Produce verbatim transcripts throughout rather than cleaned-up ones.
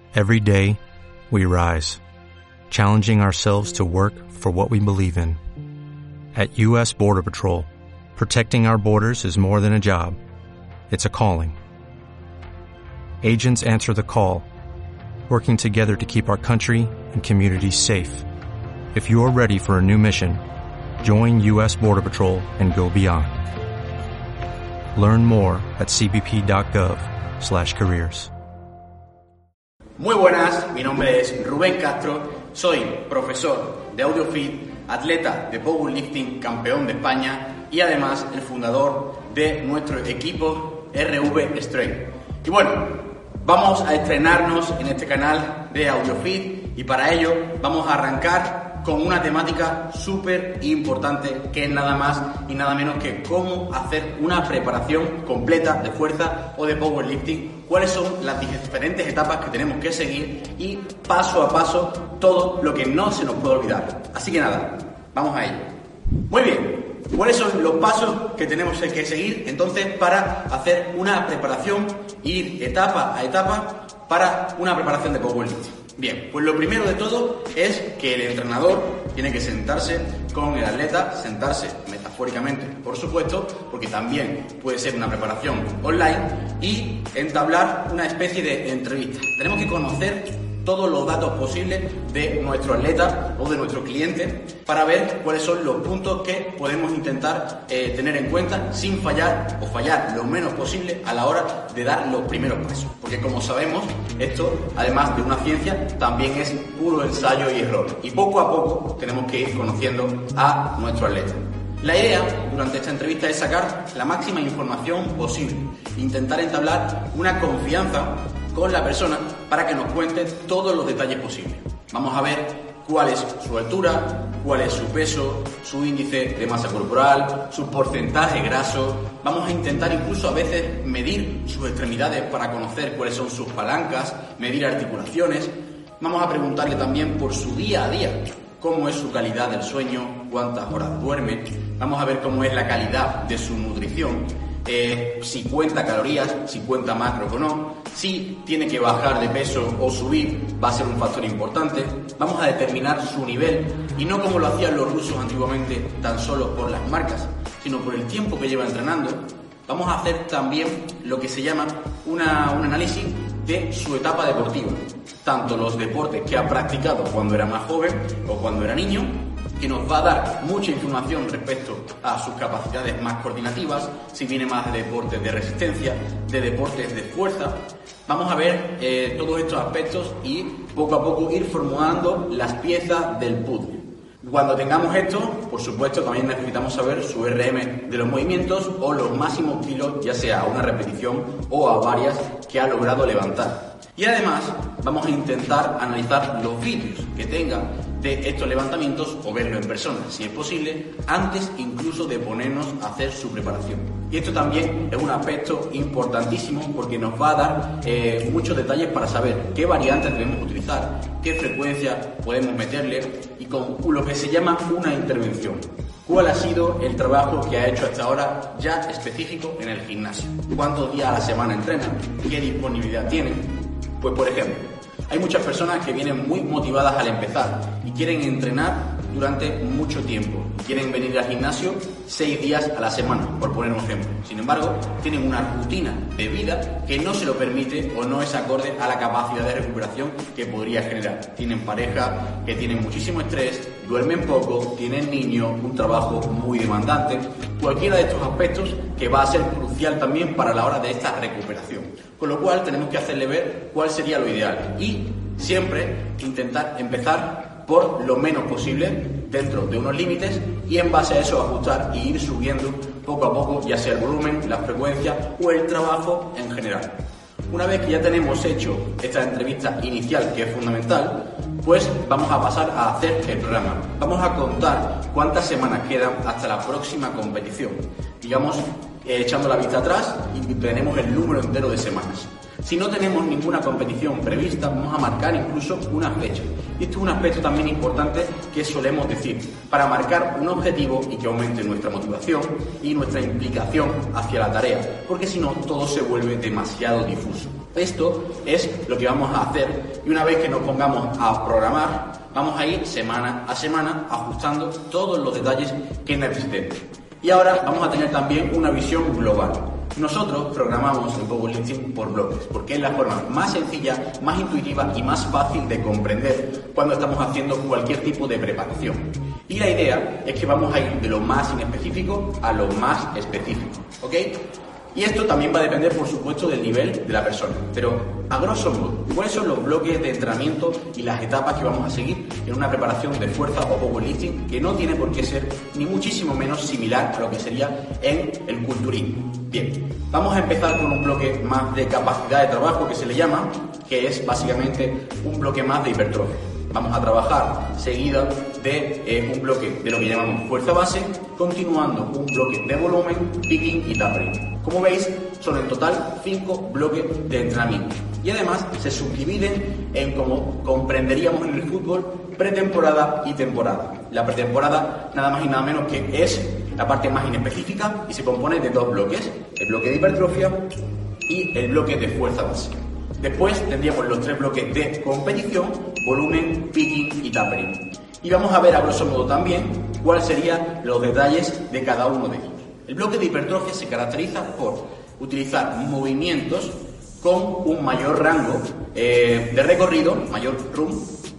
Every day, we rise, challenging ourselves to work for what we believe in. At U S Border Patrol, protecting our borders is more than a job. It's a calling. Agents answer the call, working together to keep our country and communities safe. If you're ready for a new mission, join U S Border Patrol and go beyond. Learn more at c b p dot gov slash careers. Muy buenas, mi nombre es Rubén Castro, soy profesor de AudioFit, atleta de powerlifting, campeón de España y además el fundador de nuestro equipo R V Strength. Y bueno, vamos a estrenarnos en este canal de AudioFit y para ello vamos a arrancar con una temática súper importante que es nada más y nada menos que cómo hacer una preparación completa de fuerza o de powerlifting, cuáles son las diferentes etapas que tenemos que seguir y paso a paso todo lo que no se nos puede olvidar. Así que nada, vamos a ello. Muy bien, ¿cuáles son los pasos que tenemos que seguir entonces para hacer una preparación, ir etapa a etapa para una preparación de powerlifting? Bien, pues lo primero de todo es que el entrenador tiene que sentarse con el atleta, sentarse metafóricamente, por supuesto, porque también puede ser una preparación online, y entablar una especie de entrevista. Tenemos que conocer todos los datos posibles de nuestro atleta o de nuestro cliente para ver cuáles son los puntos que podemos intentar eh, tener en cuenta sin fallar o fallar lo menos posible a la hora de dar los primeros pasos. Porque como sabemos, esto, además de una ciencia, también es puro ensayo y error. Y poco a poco tenemos que ir conociendo a nuestro atleta. La idea durante esta entrevista es sacar la máxima información posible, intentar entablar una confianza con la persona para que nos cuente todos los detalles posibles. Vamos a ver cuál es su altura, cuál es su peso, su índice de masa corporal, su porcentaje graso. Vamos a intentar incluso a veces medir sus extremidades para conocer cuáles son sus palancas, medir articulaciones. Vamos a preguntarle también por su día a día, cómo es su calidad del sueño, cuántas horas duerme. Vamos a ver cómo es la calidad de su nutrición. Eh, si cuenta calorías, si cuenta macros o no, si tiene que bajar de peso o subir, va a ser un factor importante. Vamos a determinar su nivel, y no como lo hacían los rusos antiguamente, tan solo por las marcas, sino por el tiempo que lleva entrenando. Vamos a hacer también lo que se llama una, un análisis de su etapa deportiva, tanto los deportes que ha practicado cuando era más joven o cuando era niño, que nos va a dar mucha información respecto a sus capacidades más coordinativas, si viene más de deportes de resistencia, de deportes de fuerza. Vamos a ver eh, todos estos aspectos y poco a poco ir formulando las piezas del puzzle. Cuando tengamos esto, por supuesto, también necesitamos saber su R M de los movimientos o los máximos kilos, ya sea a una repetición o a varias que ha logrado levantar. Y además vamos a intentar analizar los vídeos que tenga de estos levantamientos o verlo en persona, si es posible, antes incluso de ponernos a hacer su preparación. Y esto también es un aspecto importantísimo porque nos va a dar eh, muchos detalles para saber qué variantes debemos utilizar, qué frecuencia podemos meterle y con lo que se llama una intervención. ¿Cuál ha sido el trabajo que ha hecho hasta ahora ya específico en el gimnasio? ¿Cuántos días a la semana entrena? ¿Qué disponibilidad tiene? Pues por ejemplo, hay muchas personas que vienen muy motivadas al empezar y quieren entrenar durante mucho tiempo. Quieren venir al gimnasio seis días a la semana, por poner un ejemplo. Sin embargo, tienen una rutina de vida que no se lo permite o no es acorde a la capacidad de recuperación que podría generar. Tienen pareja que tienen muchísimo estrés, duermen poco, tienen niños, un trabajo muy demandante. Cualquiera de estos aspectos que va a ser crucial también para la hora de esta recuperación. Con lo cual tenemos que hacerle ver cuál sería lo ideal y siempre intentar empezar por lo menos posible dentro de unos límites y en base a eso ajustar y ir subiendo poco a poco, ya sea el volumen, la frecuencia o el trabajo en general. Una vez que ya tenemos hecho esta entrevista inicial, que es fundamental, pues vamos a pasar a hacer el programa. Vamos a contar cuántas semanas quedan hasta la próxima competición. Digamos, eh, echando la vista atrás y tenemos el número entero de semanas. Si no tenemos ninguna competición prevista, vamos a marcar incluso una fecha. Y esto es un aspecto también importante que solemos decir, para marcar un objetivo y que aumente nuestra motivación y nuestra implicación hacia la tarea, porque si no, todo se vuelve demasiado difuso. Esto es lo que vamos a hacer y una vez que nos pongamos a programar, vamos a ir semana a semana ajustando todos los detalles que necesitemos. Y ahora vamos a tener también una visión global. Nosotros programamos el powerlifting por bloques, porque es la forma más sencilla, más intuitiva y más fácil de comprender cuando estamos haciendo cualquier tipo de preparación. Y la idea es que vamos a ir de lo más inespecífico a lo más específico, ¿ok? Y esto también va a depender, por supuesto, del nivel de la persona. Pero, a grosso modo, ¿cuáles son los bloques de entrenamiento y las etapas que vamos a seguir en una preparación de fuerza o powerlifting que no tiene por qué ser ni muchísimo menos similar a lo que sería en el culturismo? Bien, vamos a empezar con un bloque más de capacidad de trabajo que se le llama, que es básicamente un bloque más de hipertrofia. Vamos a trabajar seguida de eh, un bloque de lo que llamamos fuerza base, continuando un bloque de volumen, picking y tapering. Como veis, son en total cinco bloques de entrenamiento. Y además se subdividen en, como comprenderíamos en el fútbol, pretemporada y temporada. La pretemporada nada más y nada menos que es la parte más inespecífica y se compone de dos bloques, el bloque de hipertrofia y el bloque de fuerza base. Después tendríamos los tres bloques de competición, volumen, picking y tapering. Y vamos a ver a grosso modo también cuáles serían los detalles de cada uno de ellos. El bloque de hipertrofia se caracteriza por utilizar movimientos con un mayor rango eh, de recorrido, mayor room,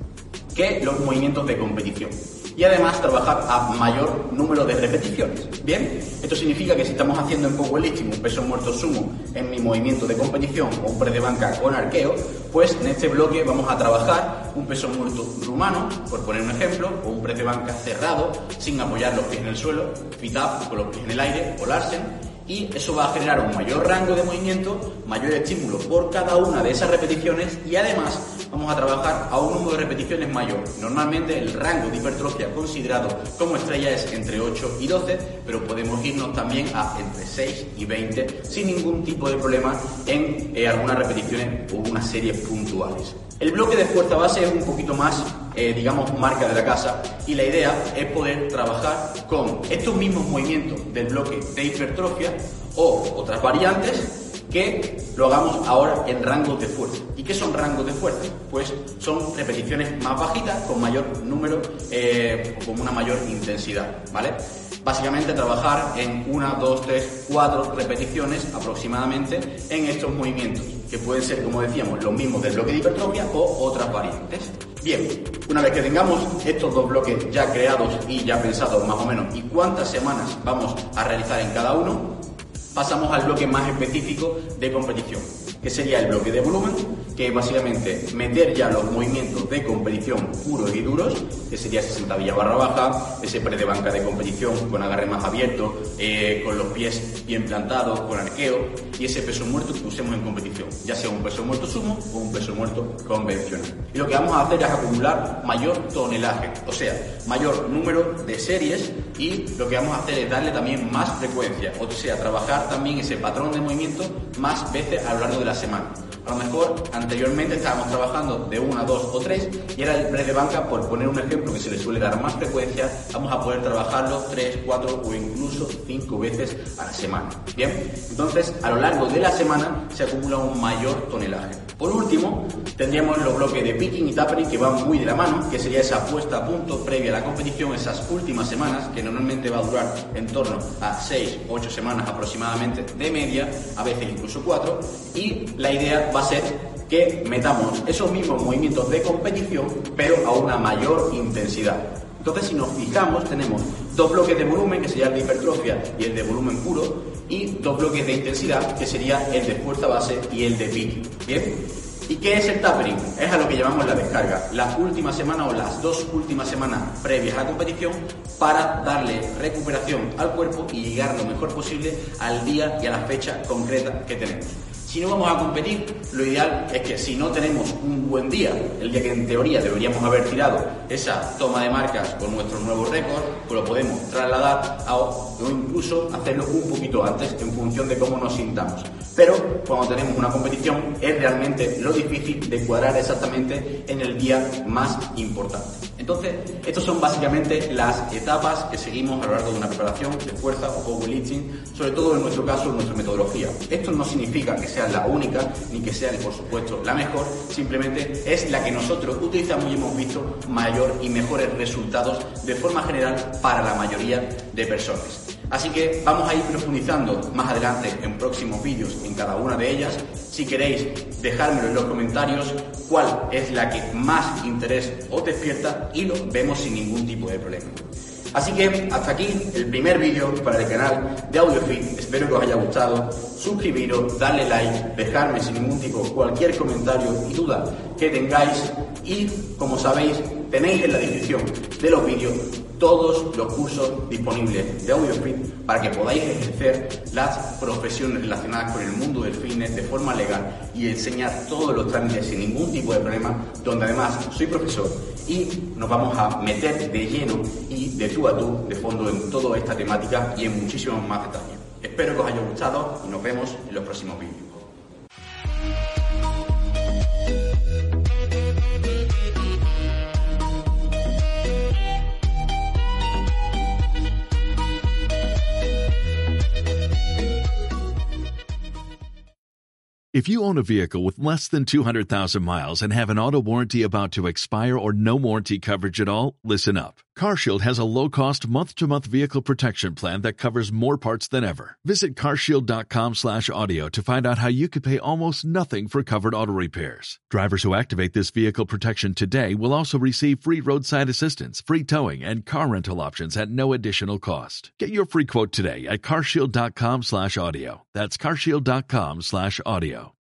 que los movimientos de competición. Y además trabajar a mayor número de repeticiones. Bien, esto significa que si estamos haciendo en powerlifting un peso muerto sumo en mi movimiento de competición o un press de banca con arqueo, pues en este bloque vamos a trabajar un peso muerto rumano, por poner un ejemplo, o un press de banca cerrado, sin apoyar los pies en el suelo, fit up con los pies en el aire o Larsen. Y eso va a generar un mayor rango de movimiento, mayor estímulo por cada una de esas repeticiones y además vamos a trabajar a un número de repeticiones mayor. Normalmente el rango de hipertrofia considerado como estrella es entre ocho y doce, pero podemos irnos también a entre seis y veinte sin ningún tipo de problema en eh, algunas repeticiones o unas series puntuales. El bloque de fuerza base es un poquito más, eh, digamos, marca de la casa y la idea es poder trabajar con estos mismos movimientos del bloque de hipertrofia o otras variantes que lo hagamos ahora en rangos de fuerza. ¿Y qué son rangos de fuerza? Pues son repeticiones más bajitas con mayor número eh, o con una mayor intensidad, ¿vale? Básicamente trabajar en una, dos, tres, cuatro repeticiones aproximadamente en estos movimientos, que pueden ser, como decíamos, los mismos del bloque de hipertrofia o otras variantes. Bien, una vez que tengamos estos dos bloques ya creados y ya pensados más o menos y cuántas semanas vamos a realizar en cada uno, pasamos al bloque más específico de competición, que sería el bloque de volumen, que es básicamente meter ya los movimientos de competición puros y duros, que sería esa sentadilla barra baja, ese press de banca de competición con agarre más abierto, eh, con los pies bien plantados, con arqueo, y ese peso muerto que usemos en competición, ya sea un peso muerto sumo o un peso muerto convencional. Y lo que vamos a hacer es acumular mayor tonelaje, o sea, mayor número de series, y lo que vamos a hacer es darle también más frecuencia, o sea, trabajar también ese patrón de movimiento más veces a lo largo de la semana. A lo mejor anteriormente estábamos trabajando de una, dos o tres y era el press de banca, por poner un ejemplo que se le suele dar más frecuencia, vamos a poder trabajarlo tres, cuatro o incluso cinco veces a la semana. Bien, entonces a lo largo de la semana se acumula un mayor tonelaje. Por último, tendríamos los bloques de picking y tapering que van muy de la mano, que sería esa puesta a punto previa a la competición, esas últimas semanas, que normalmente va a durar en torno a seis u ocho semanas aproximadamente de media, a veces incluso cuatro, y la idea va a ser que metamos esos mismos movimientos de competición, pero a una mayor intensidad. Entonces, si nos fijamos, tenemos dos bloques de volumen, que sería el de hipertrofia y el de volumen puro, y dos bloques de intensidad, que sería el de fuerza base y el de picking. ¿Bien? ¿Y qué es el tapering? Es a lo que llamamos la descarga, la última semana o las dos últimas semanas previas a la competición, para darle recuperación al cuerpo y llegar lo mejor posible al día y a la fecha concreta que tenemos. Si no vamos a competir, lo ideal es que si no tenemos un buen día, el día que en teoría deberíamos haber tirado esa toma de marcas con nuestro nuevo récord, pues lo podemos trasladar a, o incluso hacerlo un poquito antes en función de cómo nos sintamos. Pero cuando tenemos una competición es realmente lo difícil de cuadrar exactamente en el día más importante. Entonces, estas son básicamente las etapas que seguimos a lo largo de una preparación de fuerza o powerlifting, sobre todo en nuestro caso, en nuestra metodología. Esto no significa que sea la única, ni que sea, por supuesto, la mejor, simplemente es la que nosotros utilizamos y hemos visto mayor y mejores resultados de forma general para la mayoría de personas. Así que vamos a ir profundizando más adelante en próximos vídeos en cada una de ellas. Si queréis, dejármelo en los comentarios cuál es la que más interés os despierta y lo vemos sin ningún tipo de problema. Así que hasta aquí el primer vídeo para el canal de AudioFit. Espero que os haya gustado. Suscribiros, darle like, dejarme sin ningún tipo cualquier comentario y duda que tengáis. Y como sabéis, tenéis en la descripción de los vídeos todos los cursos disponibles de AudioFit para que podáis ejercer las profesiones relacionadas con el mundo del fitness de forma legal y enseñar todos los trámites sin ningún tipo de problema, donde además soy profesor y nos vamos a meter de lleno y de tú a tú, de fondo, en toda esta temática y en muchísimos más detalles. Espero que os haya gustado y nos vemos en los próximos vídeos. If you own a vehicle with less than two hundred thousand miles and have an auto warranty about to expire or no warranty coverage at all, listen up. CarShield has a low-cost month-to-month vehicle protection plan that covers more parts than ever. Visit carshield.com slash audio to find out how you could pay almost nothing for covered auto repairs. Drivers who activate this vehicle protection today will also receive free roadside assistance, free towing, and car rental options at no additional cost. Get your free quote today at carshield.com slash audio. That's carshield.com slash audio.